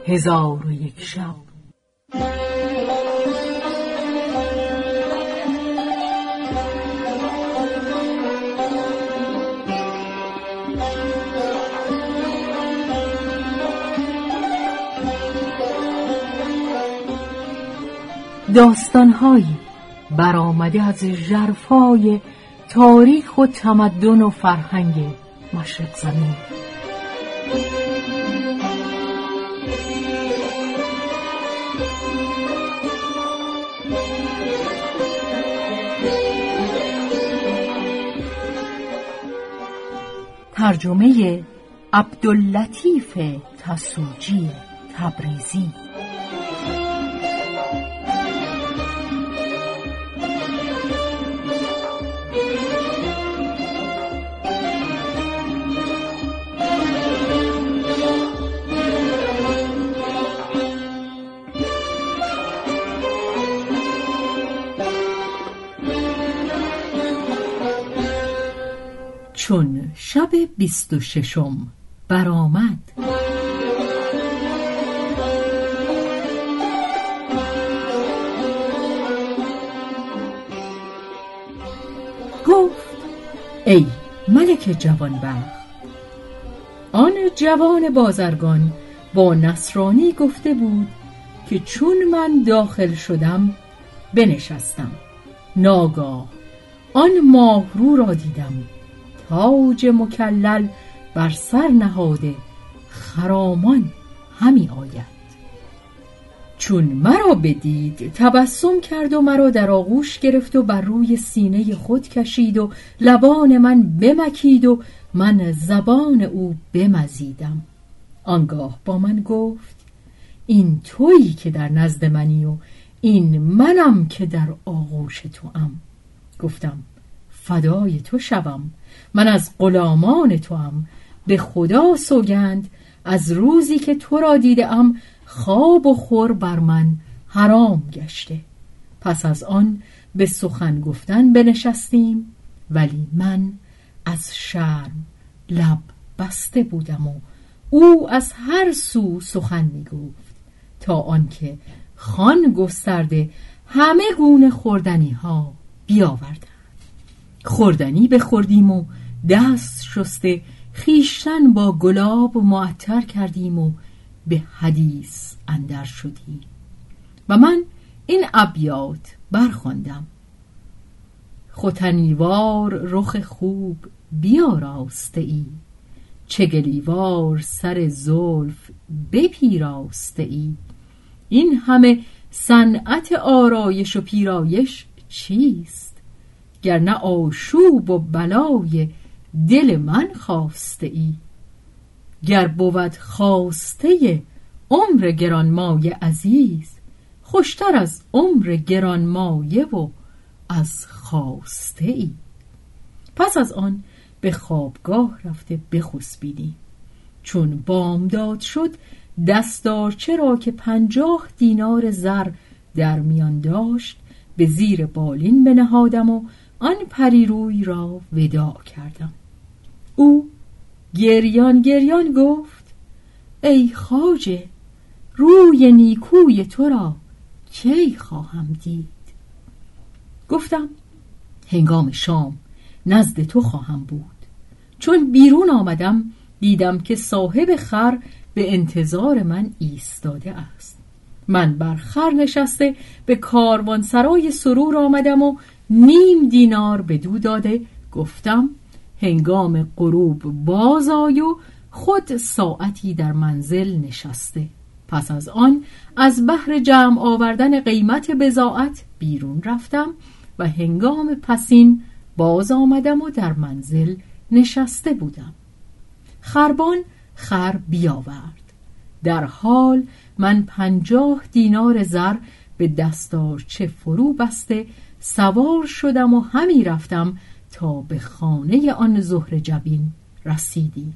1001 شب. داستان‌هایی برآمده از ژرفای تاریخ و تمدن و فرهنگ مشرق زمین. ترجمه عبداللطیف تسوجی تبریزی. چون شب 26 برآمد، گفت ای ملک جوانبخت، آن جوان بازرگان با نصرانی گفته بود که چون من داخل شدم بنشستم، ناگاه آن ماهرو را دیدم تاج مکلل بر سر نهاده خرامان همی آید. چون مرا بدید تبسم کرد و مرا در آغوش گرفت و بر روی سینه خود کشید و لبان من بمکید و من زبان او بمزیدم. آنگاه با من گفت این تویی که در نزد منی و این منم که در آغوش توام. گفتم فدای تو شوم، من از غلامان توام. به خدا سوگند از روزی که تو را دیدم خواب و خور بر من حرام گشته. پس از آن به سخن گفتن بنشستیم، ولی من از شرم لب بسته بودم و او از هر سو سخن می گفت، تا آنکه خوان گسترده همه گونه خوردنی ها بیاوردند. خوردنی بخوردیم و دست شسته خویشتن با گلاب معطر کردیم و به حدیث اندر شدیم و من این ابیات برخواندم: ختنیوار رخ خوب بیاراسته ای، چگلیوار سر زلف بپیراسته ای. این همه صنعت آرایش و پیرایش چیست؟ گر نه آشوب و بلای دل من خواسته ای. گر بود خواسته عمر گرانمایه عزیز، خوشتر از عمر گرانمایه و از خواسته ای. پس از آن به خوابگاه رفته بخسبیدیم. چون بامداد شد دستارچه را که 50 دینار زر در میان داشت به زیر بالین بنهادم و آن پریروی را وداع کردم. او گریان گریان گفت ای خواجه، روی نیکوی تو را کی خواهم دید؟ گفتم هنگام شام نزد تو خواهم بود. چون بیرون آمدم دیدم که صاحب خر به انتظار من ایستاده است. من بر خر نشسته به کاروانسرای سرور آمدم و 0.5 دینار بدو داده گفتم هنگام غروب باز آی و خود ساعتی در منزل نشسته. پس از آن از بهر جمع آوردن قیمت بضاعت بیرون رفتم و هنگام پسین باز آمدم و در منزل نشسته بودم. خربان خر بیاورد. در حال من 50 دینار زر به دستارچه فرو بسته سوار شدم و همی رفتم تا به خانه آن زهره جبین رسیدیم.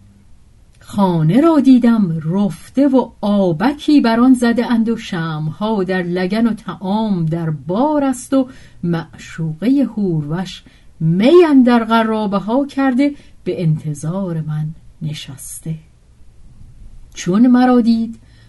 خانه را دیدم رفته و آبکی بر آن زده اند و شمع‌ها در لگن و طعام در بار است و معشوقه حوروش می اندر قرابه ها کرده به انتظار من نشسته. چون مرا دید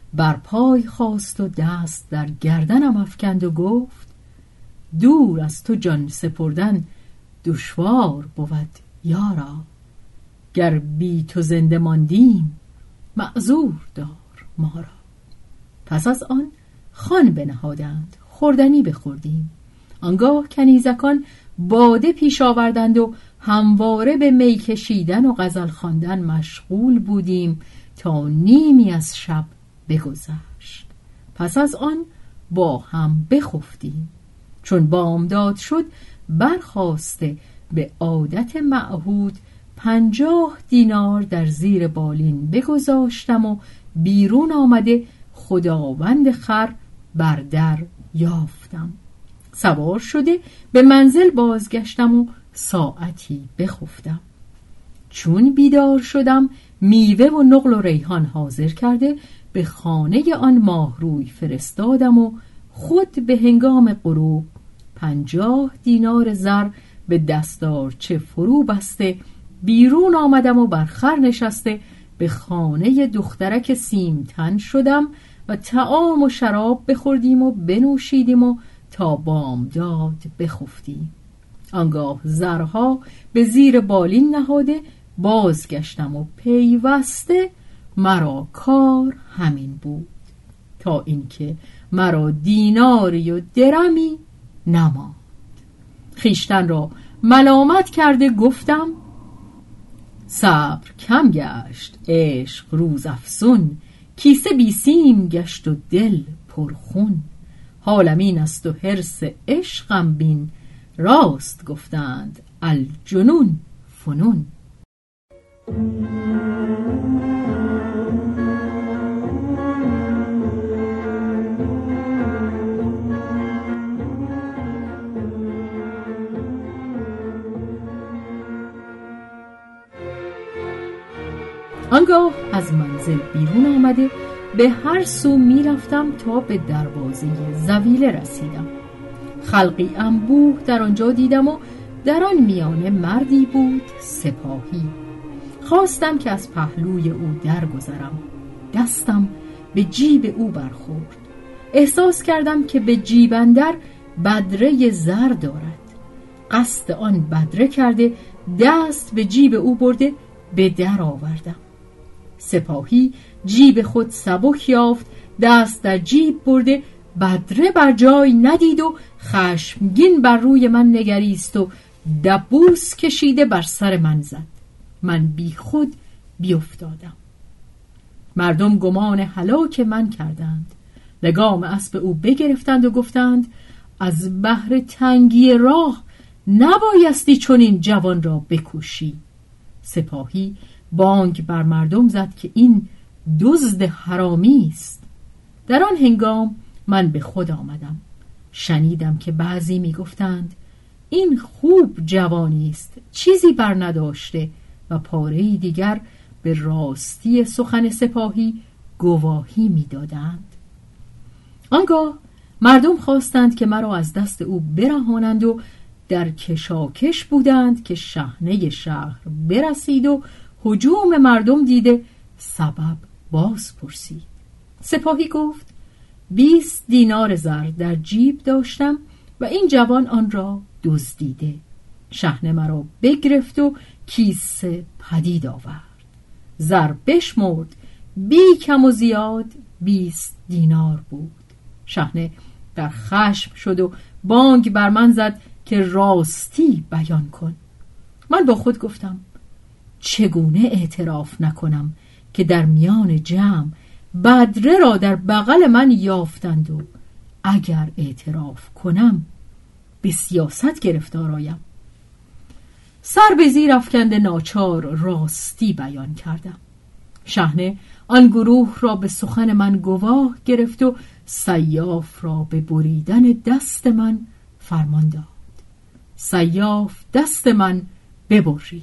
بر پای خاست و دست در گردنم افکند و گفت دور از تو جان سپردن دشوار بود یارا، گر بی تو زنده ماندیم معذور دار ما را. پس از آن خوان بنهادند، خوردنی بخوردیم. آنگاه کنیزکان باده پیش آوردند و همواره به می کشیدن و غزل خواندن مشغول بودیم تا نیمی از شب بگذشت. پس از آن با هم بخفتیم. چون بامداد شد برخاسته به عادت معهود 50 دینار در زیر بالین بگذاشتم و بیرون آمده خداوند خر بر در یافتم. سوار شده به منزل بازگشتم و ساعتی بخفتم. چون بیدار شدم میوه و نقل و ریحان حاضر کرده به خانه آن ماهروی فرستادم و خود به هنگام غروب 50 دینار زر به دستارچه فرو بسته بیرون آمدم و بر خر نشسته به خانه دخترک سیمتن شدم و طعام و شراب بخوردیم و بنوشیدیم و تا بامداد بخفتیم. آنگاه زرها به زیر بالین نهاده بازگشتم و پیوسته مرا کار همین بود تا اینکه مرا دیناری و درمی نماند. خیشتن را ملامت کرده گفتم صبر کم گشت عشق روز افسون، کیسه بی سیم گشت و دل پرخون. حالم این است و حرص عشقم بین، راست گفتند الجنون فنون. آنگاه از منزل بیرون آمده به هر سو می رفتم تا به دروازه زویله رسیدم. خلقی انبوه در آنجا دیدم و در آن میانه مردی بود سپاهی. خواستم که از پهلوی او درگذرم. دستم به جیب او برخورد. احساس کردم که به جیب اندر بدره زر دارد. قصد آن بدره کرده دست به جیب او برده به در آوردم. سپاهی جیب خود سبک یافت، دست در جیب برده بدره بر جای ندید و خشمگین بر روی من نگریست و دبوس کشیده بر سر من زد. من بی خود بیفتادم. مردم گمان هلاک من کردند. لگام اسب او بگرفتند و گفتند از بهر تنگی راه نبایستی چون این جوان را بکوشی. سپاهی بانگ بر مردم زد که این دزد حرامی است. در آن هنگام من به خود آمدم. شنیدم که بعضی می گفتند این خوب جوانی است، چیزی بر نداشته، و پاره دیگر به راستی سخن سپاهی گواهی می دادند. آنگاه مردم خواستند که مرا از دست او برهانند و در کشاکش بودند که شحنه شهر برسید و هجوم مردم دیده سبب باز پرسید. سپاهی گفت 20 دینار زر در جیب داشتم و این جوان آن را دزدیده. شحنه مرا بگرفت و کیسه پدید آورد. زر بشمرد، بی کم و زیاد 20 دینار بود. شحنه در خشم شد و بانگ بر من زد که راستی بیان کن. من با خود گفتم چگونه اعتراف نکنم که در میان جمع بدره را در بغل من یافتند و اگر اعتراف کنم به سیاست گرفتار آیم. سر به زیر افکنده ناچار راستی بیان کردم. شحنه آن گروه را به سخن من گواه گرفت و سیاف را به بریدن دست من فرمان داد. سیاف دست من ببرید.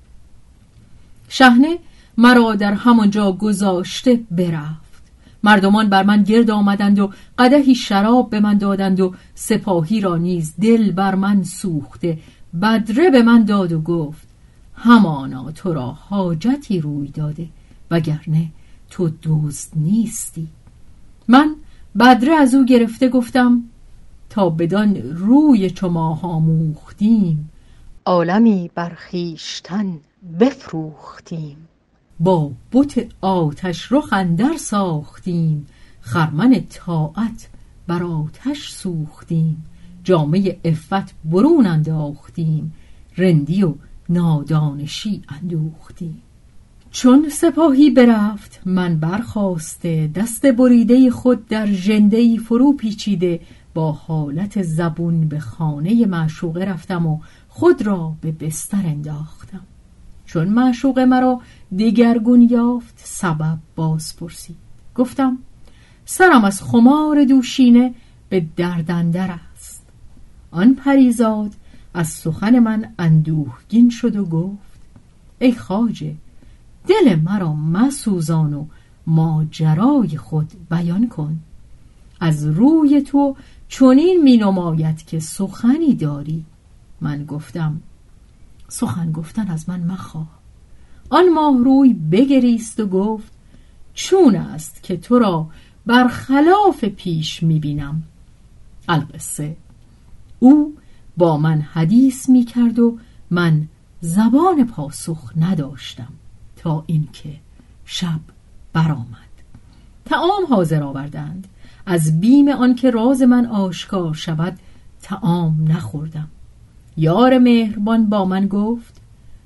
شحنه مرا در همانجا گذاشته برفت. مردمان بر من گرد آمدند و قدحی شراب به من دادند و سپاهی را نیز دل بر من سوخته بدره به من داد و گفت همانا تو را حاجتی روی داده وگرنه تو دزد نیستی. من بدره از او گرفته گفتم تا بدان روی چو ماه آموختیم، عالمی بر خویشتن بفروختیم. با بت آتش رخ اندر ساختیم، خرمن طاعت بر آتش سوختیم، جامه عفت برون انداختیم، رندی و نادانشی اندوختیم. چون سپاهی برفت من برخاسته، دست بریده خود در ژنده‌ای فرو پیچیده، با حالت زبون به خانه معشوقه رفتم و خود را به بستر انداختم. چون معشوقه مرا دگرگون یافت سبب باز پرسید. گفتم سرم از خمار دوشینه به درد اندر است. آن پریزاد از سخن من اندوهگین شد و گفت ای خواجه، دل مرا مسوزان و ماجرای خود بیان کن. از روی تو چنین می نماید که سخنی داری. من گفتم سخن گفتن از من مخواه. آن ماهروی بگریست و گفت چون است که تو را برخلاف پیش می بینم. القصه او با من حدیث می کرد و من زبان پاسخ نداشتم تا اینکه شب برآمد. طعام حاضر آوردند. از بیم آنکه راز من آشکار شود طعام نخوردم. یار مهربان با من گفت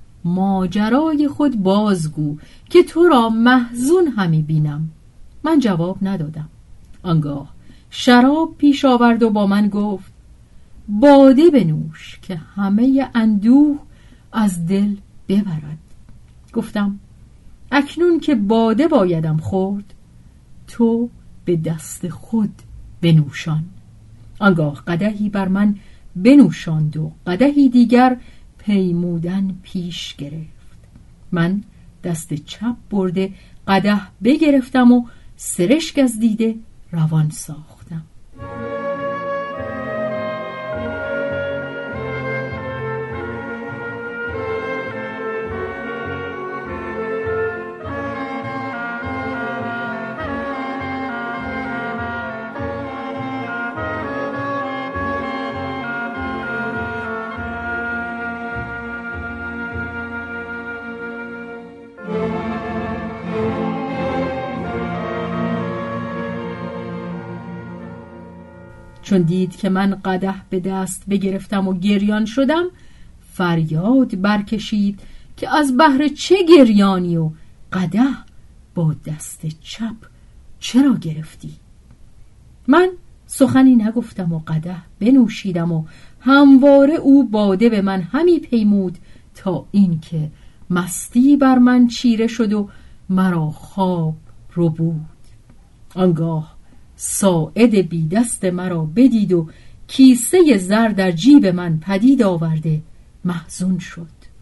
ماجرای خود بازگو که تو را محزون همی بینم. من جواب ندادم. آنگاه شراب پیش آورد و با من گفت باده بنوش که همه اندوه از دل ببرد. گفتم اکنون که باده بایدم خورد، تو به دست خود بنوشان. آنگاه قدحی بر من بنوشاند و قدحی دیگر پیمودن پیش گرفت. من دست چپ برده قدح بگرفتم و سرشک از دیده روان ساختم. چون دید که من قدح به دست بگرفتم و گریان شدم، فریاد برکشید که از بهر چه گریانی و قدح با دست چپ چرا گرفتی؟ من سخنی نگفتم و قدح بنوشیدم و همواره او باده به من همی پیمود تا این که مستی بر من چیره شد و مرا خواب رو بود. آنگاه ساعد بی دست مرا بدید و کیسه زر در جیب من پدید آورده محزون شد.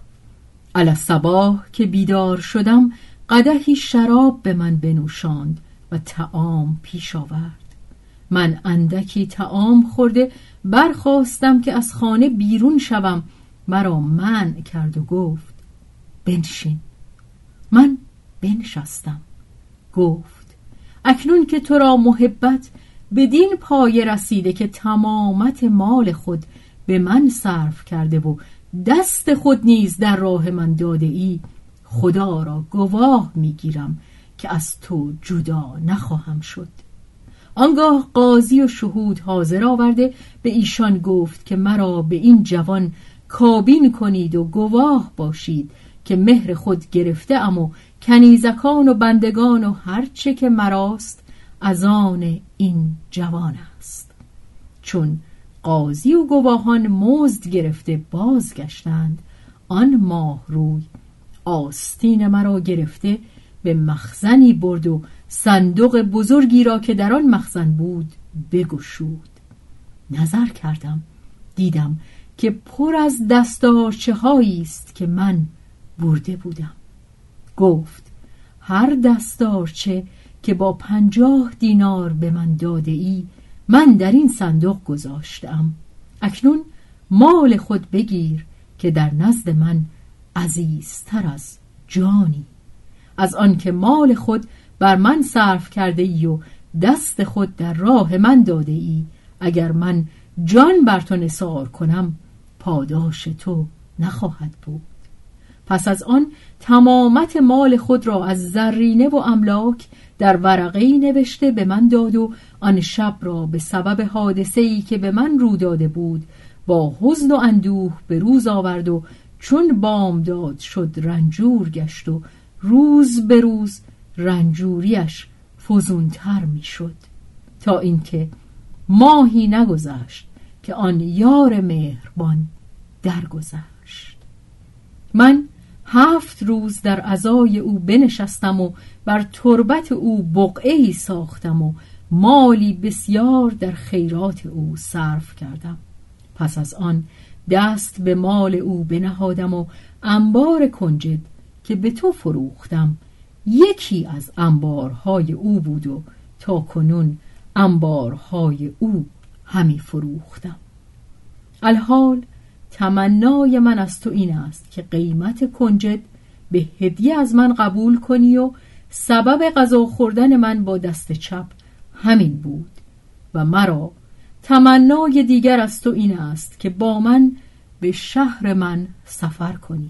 الصباح که بیدار شدم قدحی شراب به من بنوشاند و طعام پیش آورد. من اندکی طعام خورده برخواستم که از خانه بیرون شوم، مرا منع کرد و گفت بنشین. من بنشستم. گفت اکنون که تو را محبت بدین پایه رسیده که تمامت مال خود به من صرف کرده و دست خود نیز در راه من داده ای، خدا را گواه میگیرم که از تو جدا نخواهم شد. آنگاه قاضی و شهود حاضر آورده به ایشان گفت که مرا به این جوان کابین کنید و گواه باشید که مهر خود گرفته ام و کنیزکان و بندگان و هرچه که مراست از آن این جوان است. چون قاضی و گواهان مزد گرفته بازگشتند، آن ماه روی آستین مرا گرفته به مخزنی برد و صندوق بزرگی را که در آن مخزن بود بگشود. نظر کردم، دیدم که پر از دستارچه هایی است که من برده بودم. گفت هر دستارچه که با 50 دینار به من داده ای من در این صندوق گذاشتم. اکنون مال خود بگیر که در نزد من عزیزتر از جانی. از آن که مال خود بر من صرف کرده ای و دست خود در راه من داده ای. اگر من جان بر تو نثار کنم پاداش تو نخواهد بود. پس از آن تمامت مال خود را از زرینه و املاک در ورقه‌ای نوشته به من داد و آن شب را به سبب حادثه‌ای که به من رو داده بود با حزن و اندوه به روز آورد و چون بامداد شد رنجور گشت و روز به روز رنجوریش فزونتر می شد، تا اینکه ماهی نگذشت که آن یار مهربان درگذشت. من 7 روز در عزای او بنشستم و بر تربت او بقعه‌ای ساختم و مالی بسیار در خیرات او صرف کردم. پس از آن دست به مال او بنهادم و انبار کنجد که به تو فروختم یکی از انبارهای او بود و تا کنون انبارهای او همی فروختم. الحال تمنای من از تو این است که قیمت کنجد به هدیه از من قبول کنی و سبب غذا خوردن من با دست چپ همین بود. و مرا تمنای دیگر از تو این است که با من به شهر من سفر کنی.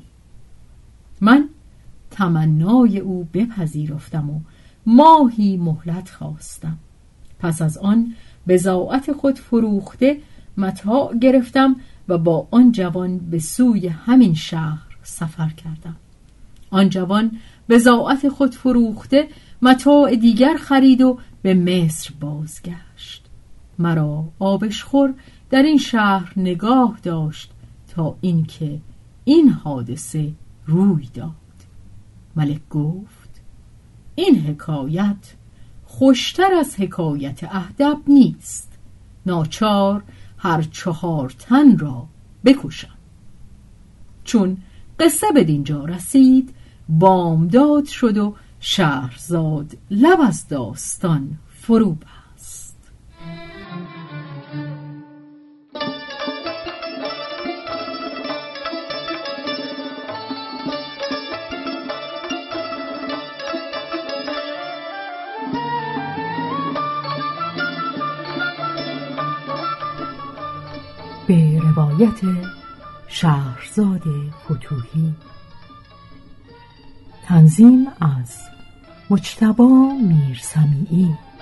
من تمنای او بپذیرفتم و ماهی مهلت خواستم. پس از آن بضاعت خود فروخته متاع گرفتم و با آن جوان به سوی همین شهر سفر کردم. آن جوان بضاعت خود فروخته متاع دیگر خرید و به مصر بازگشت. مرا آبشخور در این شهر نگاه داشت تا اینکه این حادثه روی داد. ملک گفت این حکایت خوشتر از حکایت اهدب نیست. ناچار هر 4 تن را بکشم. چون قصه به دینجا رسید بامداد شد و شهرزاد لب از داستان فرو بست. به روایت شهرزاد فتوحی. تنظیم از مجتبی میرسمیعی.